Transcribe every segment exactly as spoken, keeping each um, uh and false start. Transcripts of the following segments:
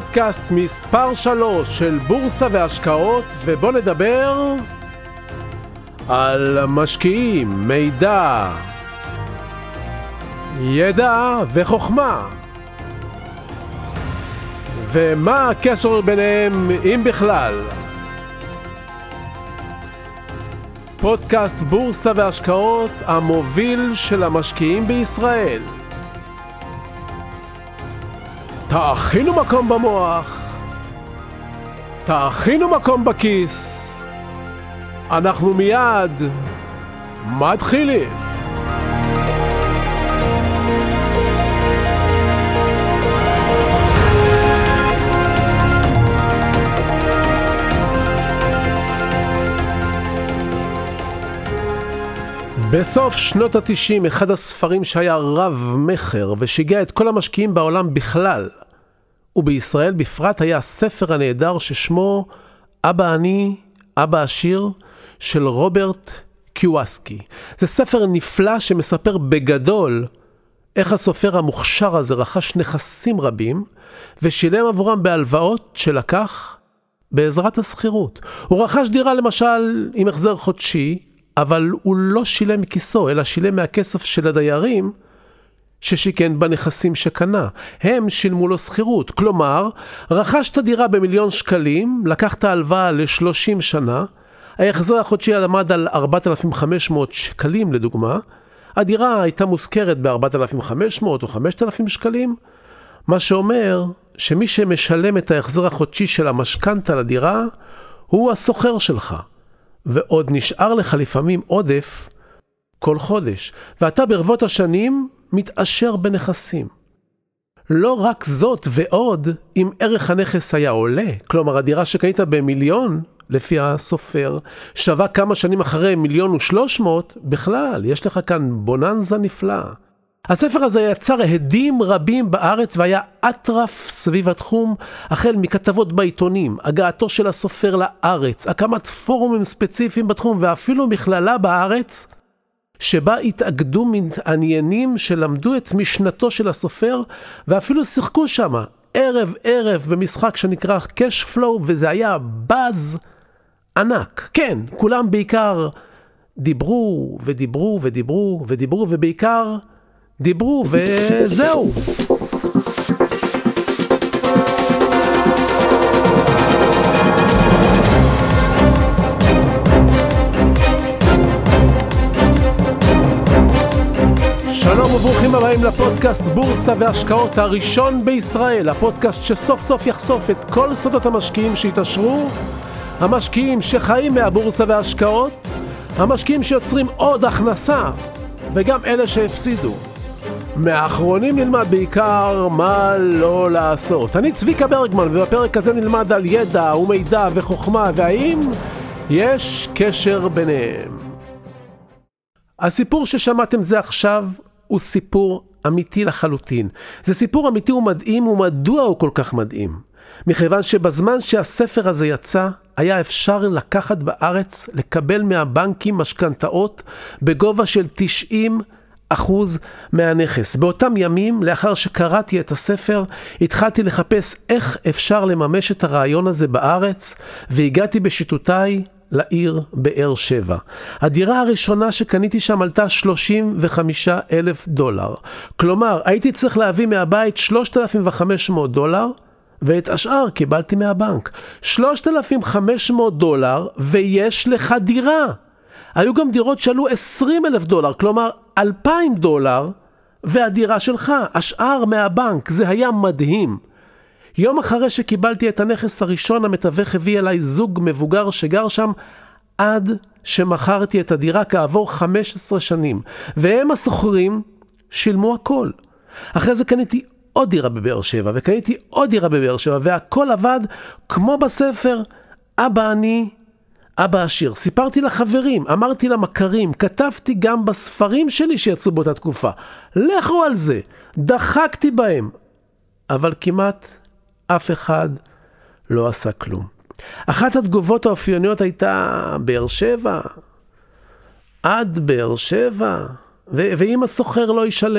פודקאסט מספר שלוש של בורסה והשקעות, ובוא נדבר על משקיעים, מידע, ידע וחוכמה, ומה הקשר ביניהם אם בכלל. פודקאסט בורסה והשקעות, המוביל של המשקיעים בישראל. תאכינו מקום במוח, תאכינו מקום בכיס, אנחנו מיד מתחילים. בסוף שנות ה-תשעים, אחד הספרים שהיה רב מחר ושיגע את כל המשקיעים בעולם בכלל, ובישראל בפרט, היה הספר הנהדר ששמו אבא אני, אבא עשיר, של רוברט קיוסקי. זה ספר נפלא שמספר בגדול איך הסופר המוכשר הזה רכש נכסים רבים, ושילם עבורם בהלוואות שלקח בעזרת הסחירות. הוא רכש דירה למשל עם החזר חודשי, אבל הוא לא שילם מכיסו, אלא שילם מהכסף של הדיירים ששיקן בנכסים שקנה. הם שילמו לו סחירות. כלומר, רכש את הדירה במיליון שקלים, לקח את ההלוואה ל-שלושים שנה, ההחזר החודשי עמד על ארבעת אלפים וחמש מאות שקלים לדוגמה, הדירה הייתה מוזכרת ב-ארבעת אלפים וחמש מאות או חמשת אלפים שקלים, מה שאומר שמי שמשלם את ההחזר החודשי של המשכנתה לדירה, הוא הסוחר שלך. ועוד נשאר לך לפעמים עודף כל חודש, ואתה ברבות השנים מתעשר בנכסים. לא רק זאת ועוד, אם ערך הנכס היה עולה, כלומר הדירה שקנית במיליון, לפי הסופר, שווה כמה שנים אחרי מיליון ושלוש מאות, בכלל, יש לך כאן בוננזה נפלאה. הספר הזה יצר הדים רבים בארץ והיה אטרף סביב התחום, החל מכתבות בעיתונים, הגעתו של הסופר לארץ, הקמת פורומים ספציפיים בתחום, ואפילו מכללה בארץ, שבה התאגדו מתעניינים שלמדו את משנתו של הסופר, ואפילו שיחקו שם ערב ערב במשחק שנקרא cash flow, וזה היה באז ענק. כן, כולם בעיקר דיברו ודיברו ודיברו ודיברו, ובעיקר דיברו וזהו. שלום וברוכים הבאים לפודקאסט בורסה והשקעות הראשון בישראל, הפודקאסט שסוף סוף יחשוף את כל סודות המשקיעים שהתעשרו, המשקיעים שחיים מהבורסה וההשקעות, המשקיעים שיוצרים עוד הכנסה, וגם אלה שהפסידו. מהאחרונים נלמד בעיקר מה לא לעשות. אני צביקה ברגמן, ובפרק הזה נלמד על ידע ומידע וחוכמה, והאם יש קשר ביניהם. הסיפור ששמעתם זה עכשיו הוא סיפור אמיתי לחלוטין. זה סיפור אמיתי ומדהים, ומדוע הוא כל כך מדהים? מכיוון שבזמן שהספר הזה יצא, היה אפשר לקחת בארץ, לקבל מהבנקים משכנתאות בגובה של תשעים אחוז מהנכס. באותם ימים, לאחר שקראתי את הספר, התחלתי לחפש איך אפשר לממש את הרעיון הזה בארץ, והגעתי בשיטותיי לעיר באר שבע. הדירה הראשונה שקניתי שם עלתה שלושים וחמישה אלף דולר. כלומר, הייתי צריך להביא מהבית שלושת אלפים וחמש מאות דולר, ואת השאר קיבלתי מהבנק. שלושת אלפים וחמש מאות דולר, ויש לך דירה. היו גם דירות שעלו עשרים אלף דולר, כלומר אלפיים דולר, והדירה שלך, השאר מהבנק. זה היה מדהים. יום אחרי שקיבלתי את הנכס הראשון, המתווך הביא אליי זוג מבוגר שגר שם, עד שמכרתי את הדירה כעבור חמש עשרה שנים. והם הסוחרים שילמו הכל. אחרי זה קניתי עוד דירה בבאר שבע, וקניתי עוד דירה בבאר שבע, והכל עבד כמו בספר, אבא אני, אבא עשיר. סיפרתי לחברים, אמרתי למכרים, כתבתי גם בספרים שלי שיצאו באותה תקופה. לכו על זה, דחקתי בהם. אבל כמעט אף אחד לא עשה כלום. אחת התגובות האופייניות הייתה באר שבע, עד באר שבע, ו- ואם הסוחר לא ישלם,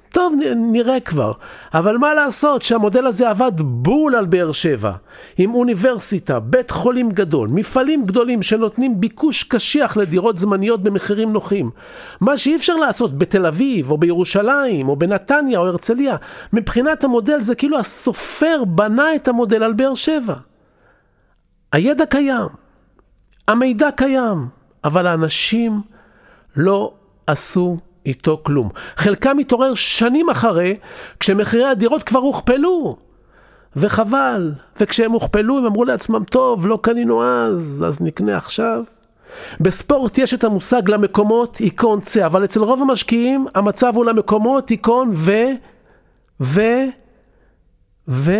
טוב, נראה כבר. אבל מה לעשות שהמודל הזה עבד בול על באר שבע, עם אוניברסיטה, בית חולים גדול, מפעלים גדולים שנותנים ביקוש קשיח לדירות זמניות במחירים נוחים. מה שאי אפשר לעשות בתל אביב, או בירושלים, או בנתניה, או הרצליה. מבחינת המודל זה כאילו הסופר בנה את המודל על באר שבע. הידע קיים, המידע קיים, אבל האנשים לא עשו איתו כלום. חלקם מתעורר שנים אחרי, כשמחירי הדירות כבר הוכפלו. וחבל. וכשהם הוכפלו, הם אמרו לעצמם, טוב, לא קנינו אז, אז נקנה עכשיו. בספורט יש את המושג למקומות, איקון צה, אבל אצל רוב המשקיעים, המצב הוא למקומות, איקון ו... ו... ו...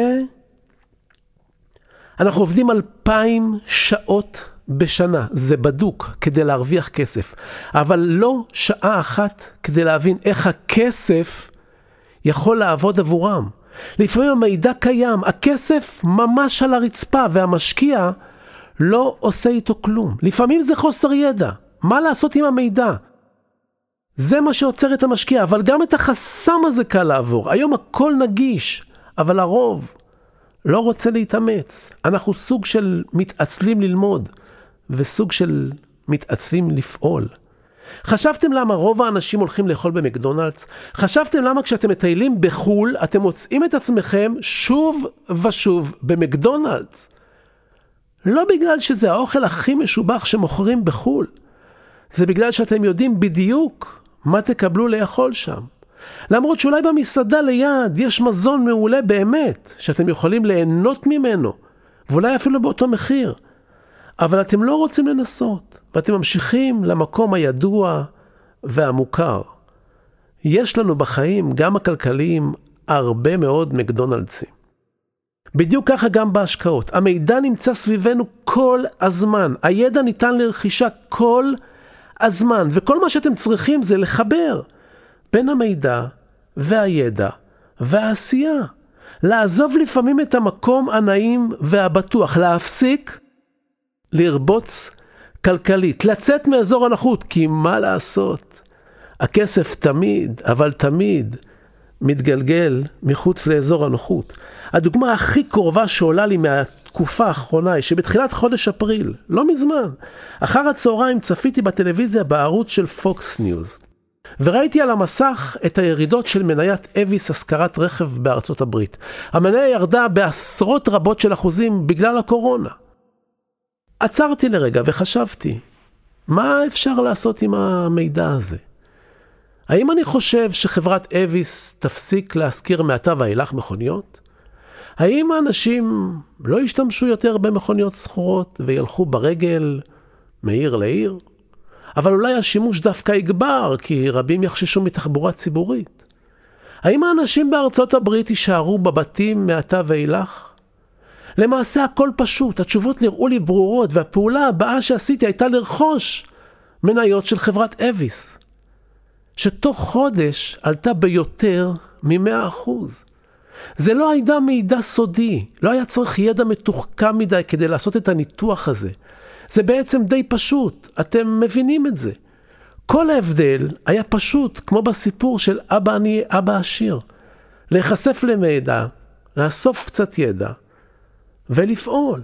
אנחנו עובדים אלפיים שעות בשנה, זה בדוק כדי להרוויח כסף, אבל לא שעה אחת כדי להבין איך הכסף יכול לעבוד עבורם. לפעמים המידע קיים, הכסף ממש על הרצפה, והמשקיע לא עושה איתו כלום. לפעמים זה חוסר ידע, מה לעשות עם המידע? זה מה שעוצר את המשקיע, אבל גם את החסם הזה קל לעבור. היום הכל נגיש, אבל הרוב לא רוצה להתאמץ. אנחנו סוג של מתעצלים ללמוד, וסוג של מתעצלים לפעול. חשבתם למה רוב האנשים הולכים לאכול במקדונלדס? חשבתם למה כשאתם מטיילים בחול, אתם מוצאים את עצמכם שוב ושוב במקדונלדס? לא בגלל שזה האוכל הכי משובח שמוכרים בחול. זה בגלל שאתם יודעים בדיוק מה תקבלו לאכול שם. למרות שאולי במסעדה ליד יש מזון מעולה באמת, שאתם יכולים ליהנות ממנו, ואולי אפילו באותו מחיר. אבל אתם לא רוצים לנסות, ואתם ממשיכים למקום הידוע והמוכר. יש לנו בחיים, גם הכלכליים, הרבה מאוד מקדונלדסים. בדיוק ככה גם בהשקעות. המידע נמצא סביבנו כל הזמן. הידע ניתן לרכישה כל הזמן, וכל מה שאתם צריכים זה לחבר בין המידע והידע והעשייה. לעזוב לפעמים את המקום הנעים והבטוח, להפסיק לרבוץ כלכלית, לצאת מאזור הנוחות, כי מה לעשות? הכסף תמיד, אבל תמיד, מתגלגל מחוץ לאזור הנוחות. הדוגמה הכי קרובה שעולה לי מהתקופה האחרונה היא שבתחילת חודש אפריל, לא מזמן, אחר הצהריים צפיתי בטלוויזיה בערוץ של פוקס ניוז, וראיתי על המסך את הירידות של מניית אביס השכרת רכב בארצות הברית. המניה ירדה בעשרות רבות של אחוזים בגלל הקורונה. עצרתי לרגע וחשבתי, מה אפשר לעשות עם המידע הזה? האם אני חושב שחברת אביס תפסיק להשכיר מעתה ואילך מכוניות? האם האנשים לא ישתמשו יותר במכוניות סחורות וילכו ברגל מעיר לעיר? אבל אולי השימוש דווקא יגבר, כי רבים יחששו מתחבורה ציבורית. האם האנשים בארצות הברית יישארו בבתים מעתה ואילך? למעשה הכל פשוט, התשובות נראו לי ברורות, והפעולה הבאה שעשיתי הייתה לרכוש מניות של חברת אביס, שתוך חודש עלתה ביותר מ-מאה אחוז. זה לא היה מידע סודי, לא היה צריך ידע מתוחכם מדי כדי לעשות את הניתוח הזה. זה בעצם די פשוט, אתם מבינים את זה. כל ההבדל היה פשוט, כמו בסיפור של אבא אני, אבא עשיר. להיחשף למידע, לאסוף קצת ידע, ולפעול.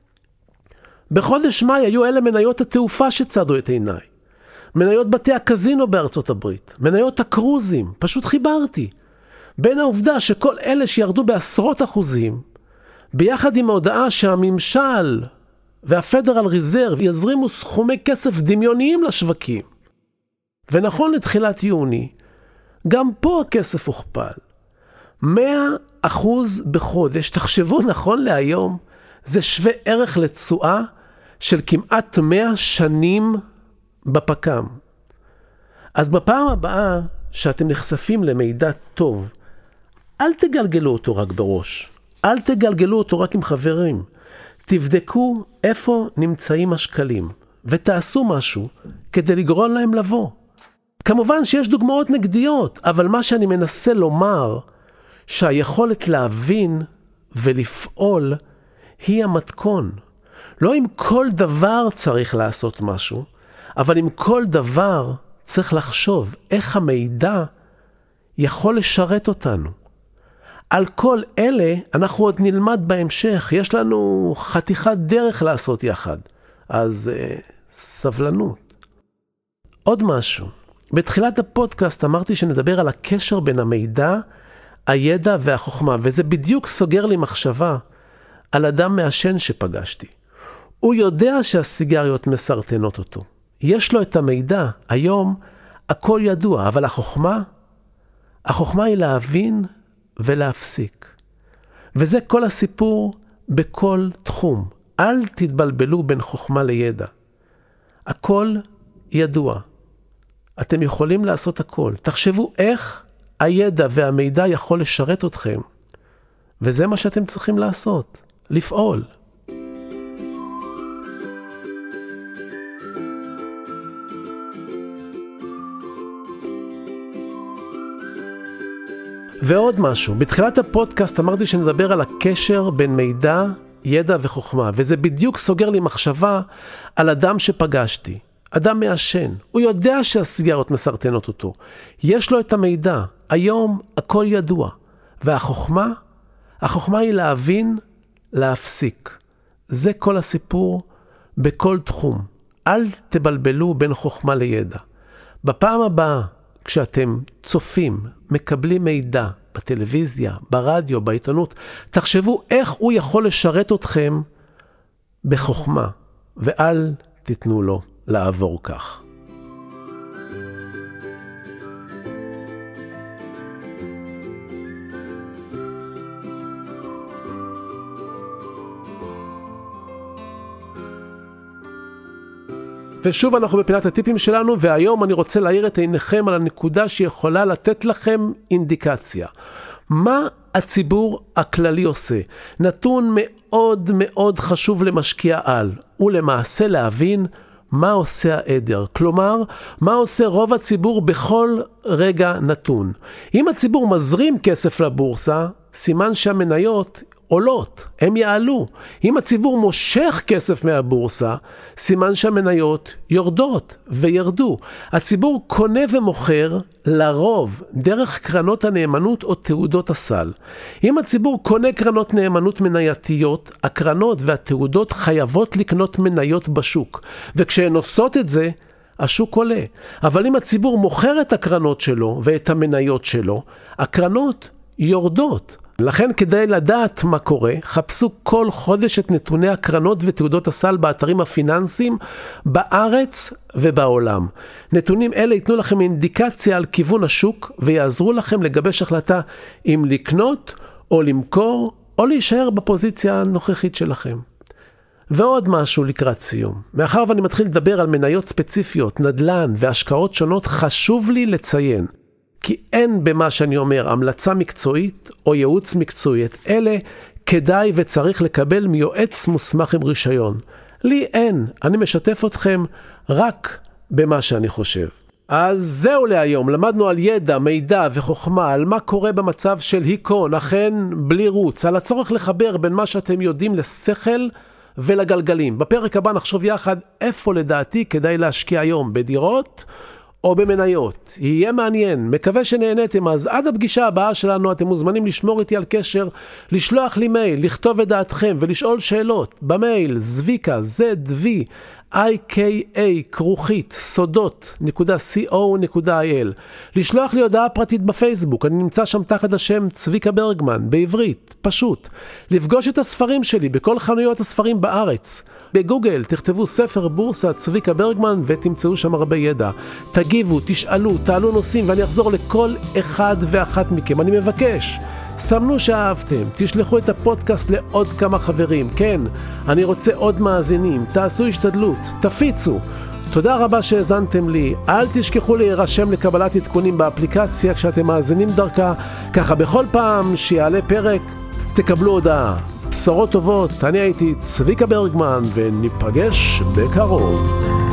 בחודש מאי היו אלה מניות התעופה שצדו את עיניי. מניות בתי הקזינו בארצות הברית, מניות הקרוזים, פשוט חיברתי. בין העובדה שכל אלה שירדו בעשרות אחוזים, ביחד עם ההודעה שהממשל והפדרל ריזרב יזרימו סכומי כסף דמיוניים לשווקים. ונכון לתחילת יוני, גם פה הכסף הוכפל. מאה אחוז בחודש, תחשבו נכון להיום, זה שווה ערך לתשואה של כמעט מאה שנים בפקם. אז בפעם הבאה שאתם נחשפים למידע טוב, אל תגלגלו אותו רק בראש. אל תגלגלו אותו רק עם חברים. תבדקו איפה נמצאים השקלים, ותעשו משהו כדי לגרום להם לבוא. כמובן שיש דוגמאות נגדיות, אבל מה שאני מנסה לומר, שהיכולת להבין ולפעול היא המתכון. לא עם כל דבר צריך לעשות משהו, אבל עם כל דבר צריך לחשוב איך המידע יכול לשרת אותנו. על כל אלה אנחנו עוד נלמד בהמשך, יש לנו חתיכת דרך לעשות יחד, אז אה, סבלנות. עוד משהו, בתחילת הפודקאסט אמרתי שנדבר על הקשר בין המידע, הידע והחוכמה, וזה בדיוק סוגר לי מחשבה על אדם מעשן שפגשתי. הוא יודע שהסיגריות מסרטנות אותו. יש לו את המידע, היום הכל ידוע, אבל החוכמה, החוכמה היא להבין ולהפסיק. וזה כל הסיפור בכל תחום. אל תתבלבלו בין חוכמה לידע. הכל ידוע. אתם יכולים לעשות הכל. תחשבו איך הידע והמידע יכול לשרת אתכם. וזה מה שאתם צריכים לעשות. לפעול. ועוד משהו, בתחילת הפודקאסט אמרתי שנדבר על הקשר בין מידע, ידע וחוכמה, וזה בדיוק סוגר לי מחשבה על אדם שפגשתי, אדם מעשן, הוא יודע שהסיגריות מסרטנות אותו, יש לו את המידע, היום הכל ידוע, והחוכמה, החוכמה היא להבין, להפסיק, זה כל הסיפור בכל תחום, אל תבלבלו בין חוכמה לידע. בפעם הבאה, כשאתם צופים, מקבלים מידע בטלוויזיה, ברדיו, בעיתונות, תחשבו איך הוא יכול לשרת אתכם בחוכמה, ואל תיתנו לו לעבור כך. ושוב אנחנו בפינת הטיפים שלנו, והיום אני רוצה להאיר את עיניכם על הנקודה שיכולה לתת לכם אינדיקציה. מה הציבור הכללי עושה? נתון מאוד מאוד חשוב למשקיע על, ולמעשה להבין מה עושה העדר. כלומר, מה עושה רוב הציבור בכל רגע נתון. אם הציבור מזרים כסף לבורסה, סימן שהמניות עולות, הם יעלו. אם הציבור מושך כסף מהבורסה, סימן שהמניות יורדות וירדו. הציבור קונה ומוכר לרוב דרך קרנות הנאמנות או תעודות הסל. אם הציבור קונה קרנות נאמנות מנייתיות, הקרנות והתעודות חייבות לקנות מניות בשוק. וכשהן עושות את זה, השוק עולה. אבל אם הציבור מוכר את הקרנות שלו ואת המניות שלו, הקרנות יורדות. לכן כדי לדעת מה קורה, חפשו כל חודש את נתוני הקרנות ותעודות הסל באתרים הפיננסיים בארץ ובעולם. נתונים אלה ייתנו לכם אינדיקציה על כיוון השוק ויעזרו לכם לגבש החלטה אם לקנות או למכור או להישאר בפוזיציה הנוכחית שלכם. ועוד משהו לקראת סיום. מאחר ואני מתחיל לדבר על מניות ספציפיות, נדל"ן והשקעות שונות, חשוב לי לציין כי אין במה שאני אומר המלצה מקצועית או ייעוץ מקצועי. את אלה כדאי וצריך לקבל מיועץ מוסמך עם רישיון. לי אין, אני משתף אתכם רק במה שאני חושב. אז זהו להיום, למדנו על ידע, מידע וחוכמה, על מה קורה במצב של היכון, אכן בלי רוץ, על הצורך לחבר בין מה שאתם יודעים לשכל ולגלגלים. בפרק הבא נחשוב יחד איפה לדעתי כדאי להשקיע היום, בדירות או במניות. יהיה מעניין, מקווה שנהנתם. אז עד הפגישה הבאה שלנו אתם מוזמנים לשמור איתי על קשר, לשלוח לי מייל, לכתוב את דעתכם ולשאול שאלות במייל זביקה, ז-וי, איי קיי איי, כרוכית, סודות נקודה סי או נקודה איי אל. לשלוח לי הודעה פרטית בפייסבוק, אני נמצא שם תחת השם צביקה ברגמן, בעברית, פשוט. לפגוש את הספרים שלי בכל חנויות הספרים בארץ. בגוגל תכתבו ספר בורסה צביקה ברגמן ותמצאו שם הרבה ידע. תגיבו, תשאלו, תעלו נושאים ואני אחזור לכל אחד ואחת מכם. אני מבקש, סמנו שאהבתם, תשלחו את הפודקאסט לעוד כמה חברים. כן, אני רוצה עוד מאזינים, תעשו השתדלות, תפיצו. תודה רבה שהזנתם לי. אל תשכחו להירשם לקבלת עדכונים באפליקציה כשאתם מאזינים דרכה, ככה בכל פעם שיעלה פרק תקבלו הודעה. בשורות טובות, אני הייתי צביקה ברגמן וניפגש בקרוב.